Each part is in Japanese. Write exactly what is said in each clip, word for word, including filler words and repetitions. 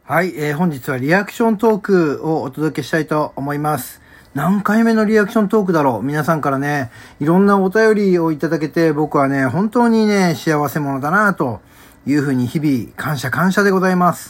はい、えー、本日はリアクショントークをお届けしたいと思います。何回目のリアクショントークだろう。皆さんからね、いろんなお便りをいただけて、僕はね、本当にね、幸せ者だなというふうに日々感謝感謝でございます。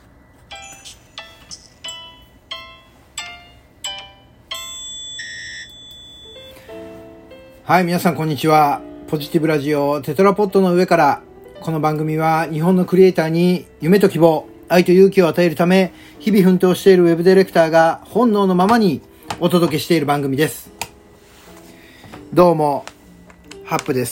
はい、皆さんこんにちは。ポジティブラジオテトラポットの上から、この番組は日本のクリエイターに夢と希望、愛と勇気を与えるため、日々奮闘しているウェブディレクターが本能のままにお届けしている番組です。どうも、ハップです。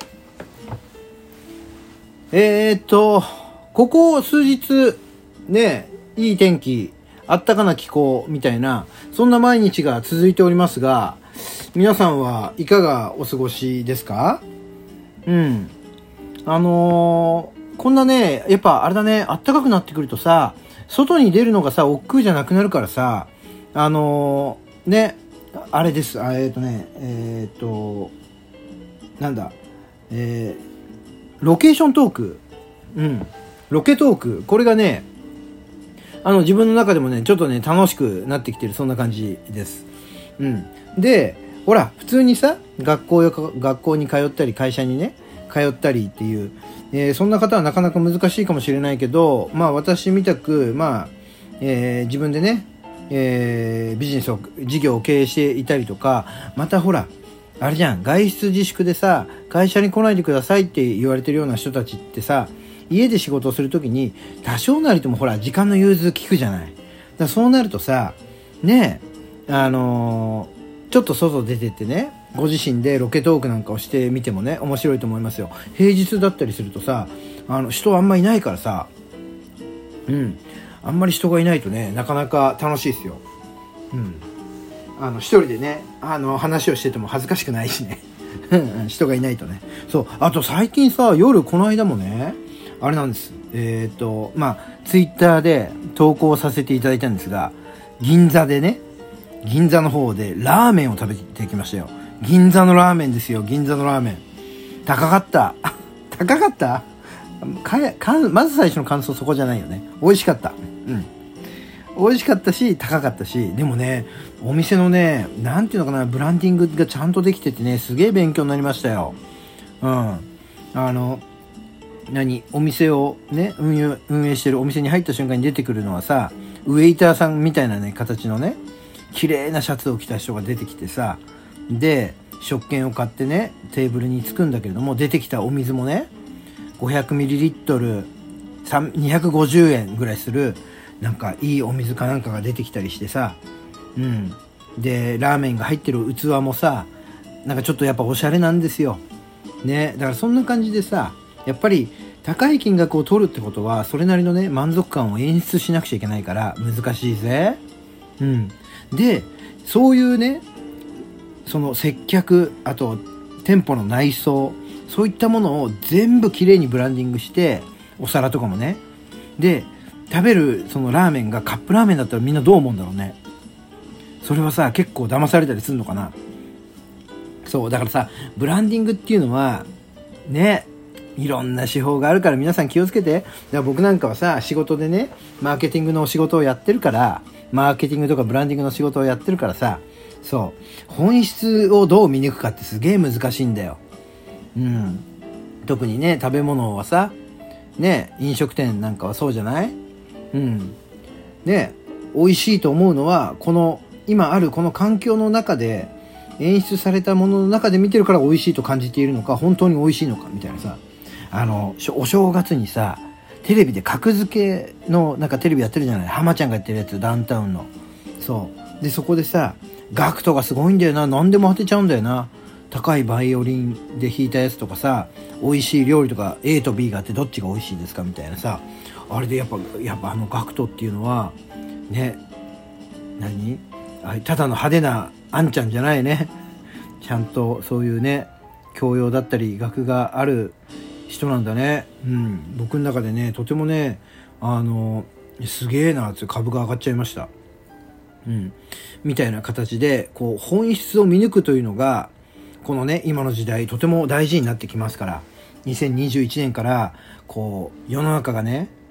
えーっと、ここ数日、ね、いい天気、あったかな気候みたいな、そんな毎日が続いておりますが、皆さんはいかがお過ごしですか？うん。あのー、こんなね、やっぱあれだね、暖かくなってくるとさ、外に出るのがさ、億劫じゃなくなるからさ、あのー、ね、あれです、あえっとね、えっと、なんだ、えー、ロケーショントーク、うん、ロケトーク、これがね、あの、自分の中でもね、ちょっとね、楽しくなってきてる、そんな感じです。うん。で、ほら、普通にさ、学校よ、学校に通ったり、会社にね、通ったりっていう、えー、そんな方はなかなか難しいかもしれないけど、まあ私みたく、まあ、えー、自分でね、えー、ビジネスを、事業を経営していたりとか、またほら、あれじゃん、外出自粛でさ、会社に来ないでくださいって言われてるような人たちってさ、家で仕事をするときに、多少なりともほら、時間の融通聞くじゃない。だからそうなるとさ、ねえ、あのー、ちょっと外出てってね、ご自身でロケトークなんかをしてみてもね、面白いと思いますよ。平日だったりするとさ、あの人あんまいないからさ、うん、あんまり人がいないとね、なかなか楽しいですよ。うん、あの一人でね、あの話をしてても恥ずかしくないしね、人がいないとね。そう、あと最近さ、夜この間もね、あれなんです。えっとまあツイッターで投稿させていただいたんですが、銀座でね、銀座の方でラーメンを食べてきましたよ。銀座のラーメンですよ。銀座のラーメン高かった高かったかかまず最初の感想そこじゃないよね。美味しかった。うん美味しかったし高かったし、でもね、お店のね、なんていうのかな、ブランディングがちゃんとできててね、すげえ勉強になりましたよ。うんあの何お店をね運営運営してるお店に入った瞬間に出てくるのはさ、ウェイターさんみたいなね形のね、綺麗なシャツを着た人が出てきてさ、で食券を買ってねテーブルに着くんだけれども、出てきたお水もね ごひゃくミリリットル にひゃくごじゅうえんぐらいするなんかいいお水かなんかが出てきたりしてさ、うんでラーメンが入ってる器もさ、なんかちょっとやっぱおしゃれなんですよね。だからそんな感じでさ、やっぱり高い金額を取るってことはそれなりのね満足感を演出しなくちゃいけないから難しいぜ。うんでそういうね、その接客、あと店舗の内装、そういったものを全部きれいにブランディングして、お皿とかもね、で食べるそのラーメンがカップラーメンだったらみんなどう思うんだろうね。それはさ、結構騙されたりするのかな。そうだからさ、ブランディングっていうのはね、いろんな手法があるから皆さん気をつけて。だから僕なんかはさ、仕事でねマーケティングの仕事をやってるから、マーケティングとかブランディングの仕事をやってるからさ、そう本質をどう見抜くかってすげえ難しいんだよ。うん特にね食べ物はさね、飲食店なんかはそうじゃない。うんね、美味しいと思うのはこの今あるこの環境の中で演出されたものの中で見てるから美味しいと感じているのか、本当に美味しいのかみたいなさ。あのお正月にさテレビで格付けのなんかテレビやってるじゃない、浜ちゃんがやってるやつ、ダウンタウンの。そうでそこでさ、ガクトがすごいんだよな、何でも当てちゃうんだよな。高いバイオリンで弾いたやつとかさ、美味しい料理とか A と B があってどっちが美味しいですかみたいなさ、あれでやっぱやっぱあのガクトっていうのはね、何あただの派手なあんちゃんじゃないね。ちゃんとそういうね教養だったり学がある人なんだね。うん僕の中でねとてもね、あのすげえなって株が上がっちゃいました。うんみたいな形でこう本質を見抜くというのがこのね今の時代とても大事になってきますから、にせんにじゅういちねんからこう世の中がね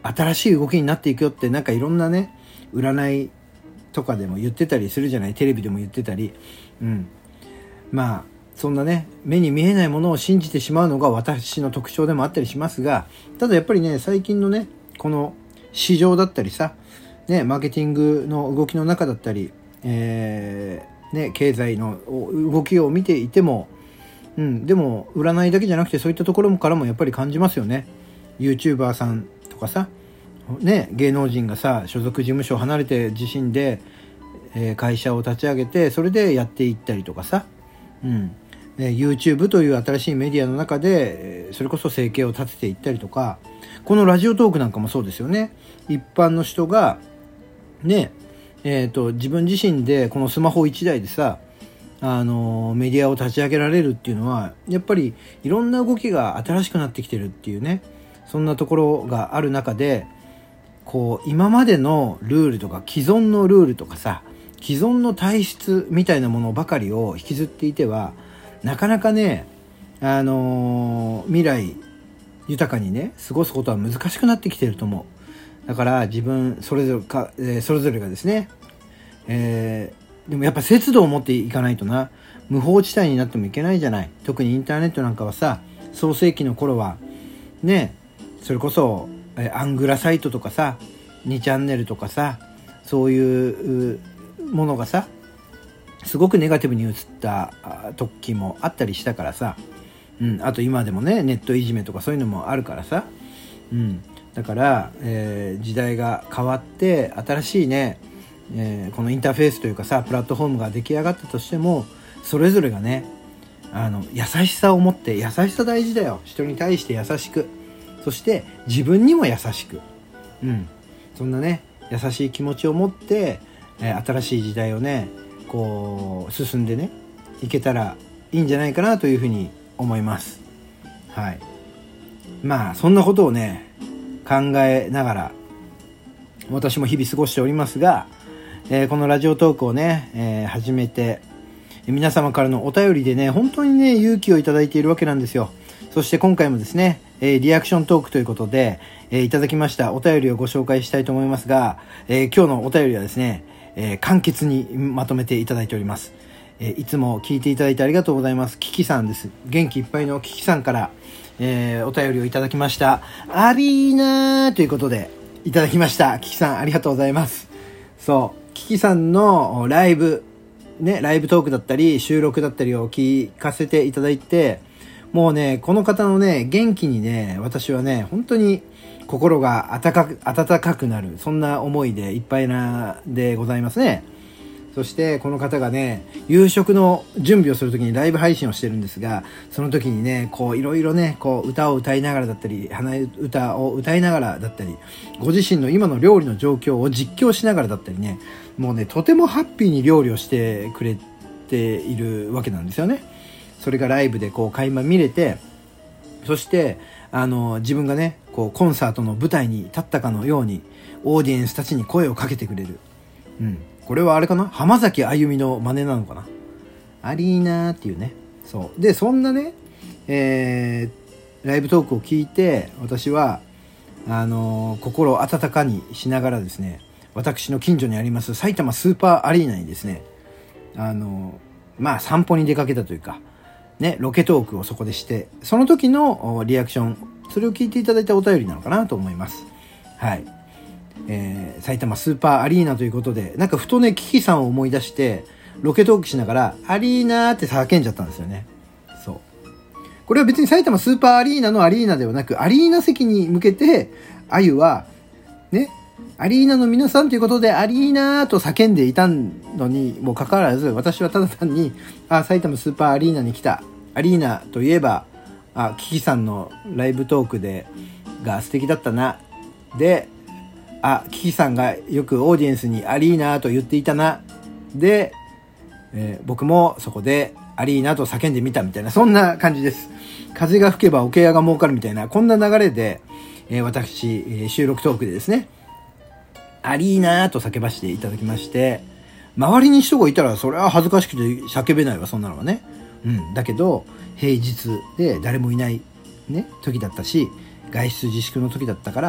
新しい動きになっていくよってなんかいろんなね占いとかでも言ってたりするじゃない、テレビでも言ってたり、うん、まあそんなね目に見えないものを信じてしまうのが私の特徴でもあったりしますが、ただやっぱりね最近のねこの市場だったりさ、ね、マーケティングの動きの中だったり、えーね、経済の動きを見ていても、うん、でも占いだけじゃなくてそういったところからもやっぱり感じますよね。 YouTuber さんとかさ、ね、芸能人がさ所属事務所を離れて自身で、えー、会社を立ち上げてそれでやっていったりとかさ、うんえー、YouTube という新しいメディアの中で、えー、それこそ生計を立てていったりとか、このラジオトークなんかもそうですよね。一般の人がねえーと自分自身でこのスマホいちだいでさ、あのー、メディアを立ち上げられるっていうのはやっぱりいろんな動きが新しくなってきてるっていうね、そんなところがある中で、こう今までのルールとか既存のルールとかさ、既存の体質みたいなものばかりを引きずっていてはなかなかね、あのー、未来豊かにね過ごすことは難しくなってきてると思う。だから自分それぞれか、えー、それぞれがですね、えー、でもやっぱ節度を持っていかないとな、無法地帯になってもいけないじゃない。特にインターネットなんかはさ、創世紀の頃はね、それこそ、えー、アングラサイトとかさ、にチャンネルとかさ、そういうものがさすごくネガティブに映った時もあったりしたからさ、うん、あと今でもねネットいじめとかそういうのもあるからさ、うん、だから、えー、時代が変わって新しいね、えー、このインターフェースというかさプラットフォームが出来上がったとしても、それぞれがねあの優しさを持って、優しさ大事だよ。人に対して優しく、そして自分にも優しく、うん、そんなね優しい気持ちを持って、えー、新しい時代をねこう進んでねいけたらいいんじゃないかなというふうに思います。はい。まあそんなことをね考えながら私も日々過ごしておりますが、えー、このラジオトークをね、えー、始めて皆様からのお便りでね本当にね勇気をいただいているわけなんですよ。そして今回もですね、えー、リアクショントークということで、えー、いただきましたお便りをご紹介したいと思いますが、えー、今日のお便りはですね、えー、簡潔にまとめていただいております。えー、いつも聞いていただいてありがとうございます。キキさんです。元気いっぱいのキキさんから、えー、お便りをいただきました。アリーナーということでいただきました。キキさんありがとうございます。そうキキさんのライブね、ライブトークだったり収録だったりを聞かせていただいて、もうねこの方のね元気にね私はね本当に心が温かく温かくなる、そんな思いでいっぱいなでございますね。そしてこの方がね夕食の準備をするときにライブ配信をしてるんですが、その時にねこういろいろねこう歌を歌いながらだったり鼻歌を歌いながらだったりご自身の今の料理の状況を実況しながらだったりね、もうねとてもハッピーに料理をしてくれているわけなんですよね。それがライブでこう垣間見れて、そしてあの自分がねこうコンサートの舞台に立ったかのようにオーディエンスたちに声をかけてくれる、うん、これはあれかな、浜崎あゆみの真似なのかな、アリーナーっていうね。そうでそんなね、えー、ライブトークを聞いて私はあのー、心を温かにしながらですね、私の近所にあります埼玉スーパーアリーナにですね、あのー、まあ散歩に出かけたというかね、ロケトークをそこでして、その時のリアクション、それを聞いていただいたお便りなのかなと思います。はい。えー、埼玉スーパーアリーナということで、なんかふとね、キキさんを思い出して、ロケトークしながら、アリーナーって叫んじゃったんですよね。そう。これは別に埼玉スーパーアリーナのアリーナではなく、アリーナ席に向けて、あゆは、ね、アリーナの皆さんということで、アリーナーと叫んでいたのにもかかわらず、私はただ単に、あ、埼玉スーパーアリーナに来た。アリーナといえば、あ、キキさんのライブトークで、が素敵だったな。で、あ、キキさんがよくオーディエンスにアリーナと言っていたな。で、えー、僕もそこでアリーナと叫んでみたみたいな、そんな感じです。風が吹けば桶屋が儲かるみたいな、こんな流れで、えー、私、えー、収録トークでですね、アリーナと叫ばせていただきまして、周りに人がいたらそれは恥ずかしくて叫べないわ、そんなのはね。うん。だけど、平日で誰もいないね、時だったし、外出自粛の時だったから、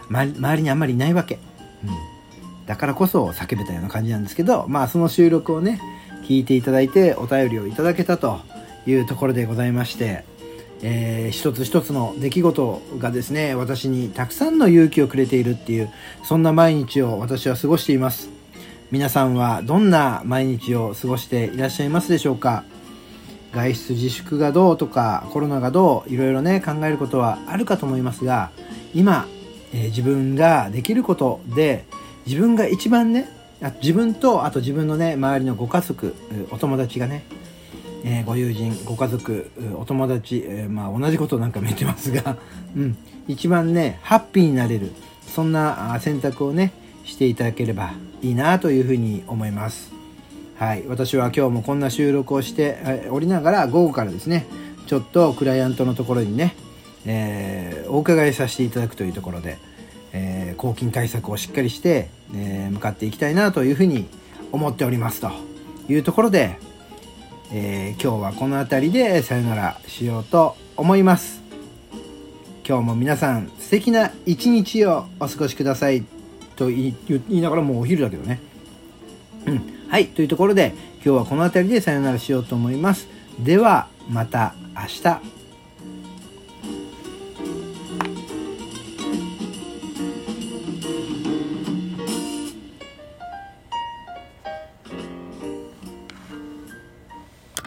ま、周りにあんまりいないわけ、うん、だからこそ叫べたような感じなんですけど、まあその収録をね聞いていただいてお便りをいただけたというところでございまして、えー、一つ一つの出来事がですね私にたくさんの勇気をくれているっていう、そんな毎日を私は過ごしています。皆さんはどんな毎日を過ごしていらっしゃいますでしょうか。外出自粛がどうとかコロナがどう、いろいろね考えることはあるかと思いますが、今、えー、自分ができることで自分が一番ね、あ自分とあと自分のね周りのご家族お友達がね、えー、ご友人ご家族お友達、えー、まあ同じことなんかも言ってますが、うん、一番ねハッピーになれる、そんな選択をねしていただければいいなというふうに思います。はい、私は今日もこんな収録をしておりながら午後からですねちょっとクライアントのところにね、えー、お伺いさせていただくというところで、えー、抗菌対策をしっかりして、えー、向かっていきたいなというふうに思っておりますというところで、えー、今日はこの辺りでさよならしようと思います。今日も皆さん素敵な一日をお過ごしくださいと言い、言いながらもうお昼だけどね、うん、はいというところで今日はこの辺りでさよならしようと思います。ではまた明日。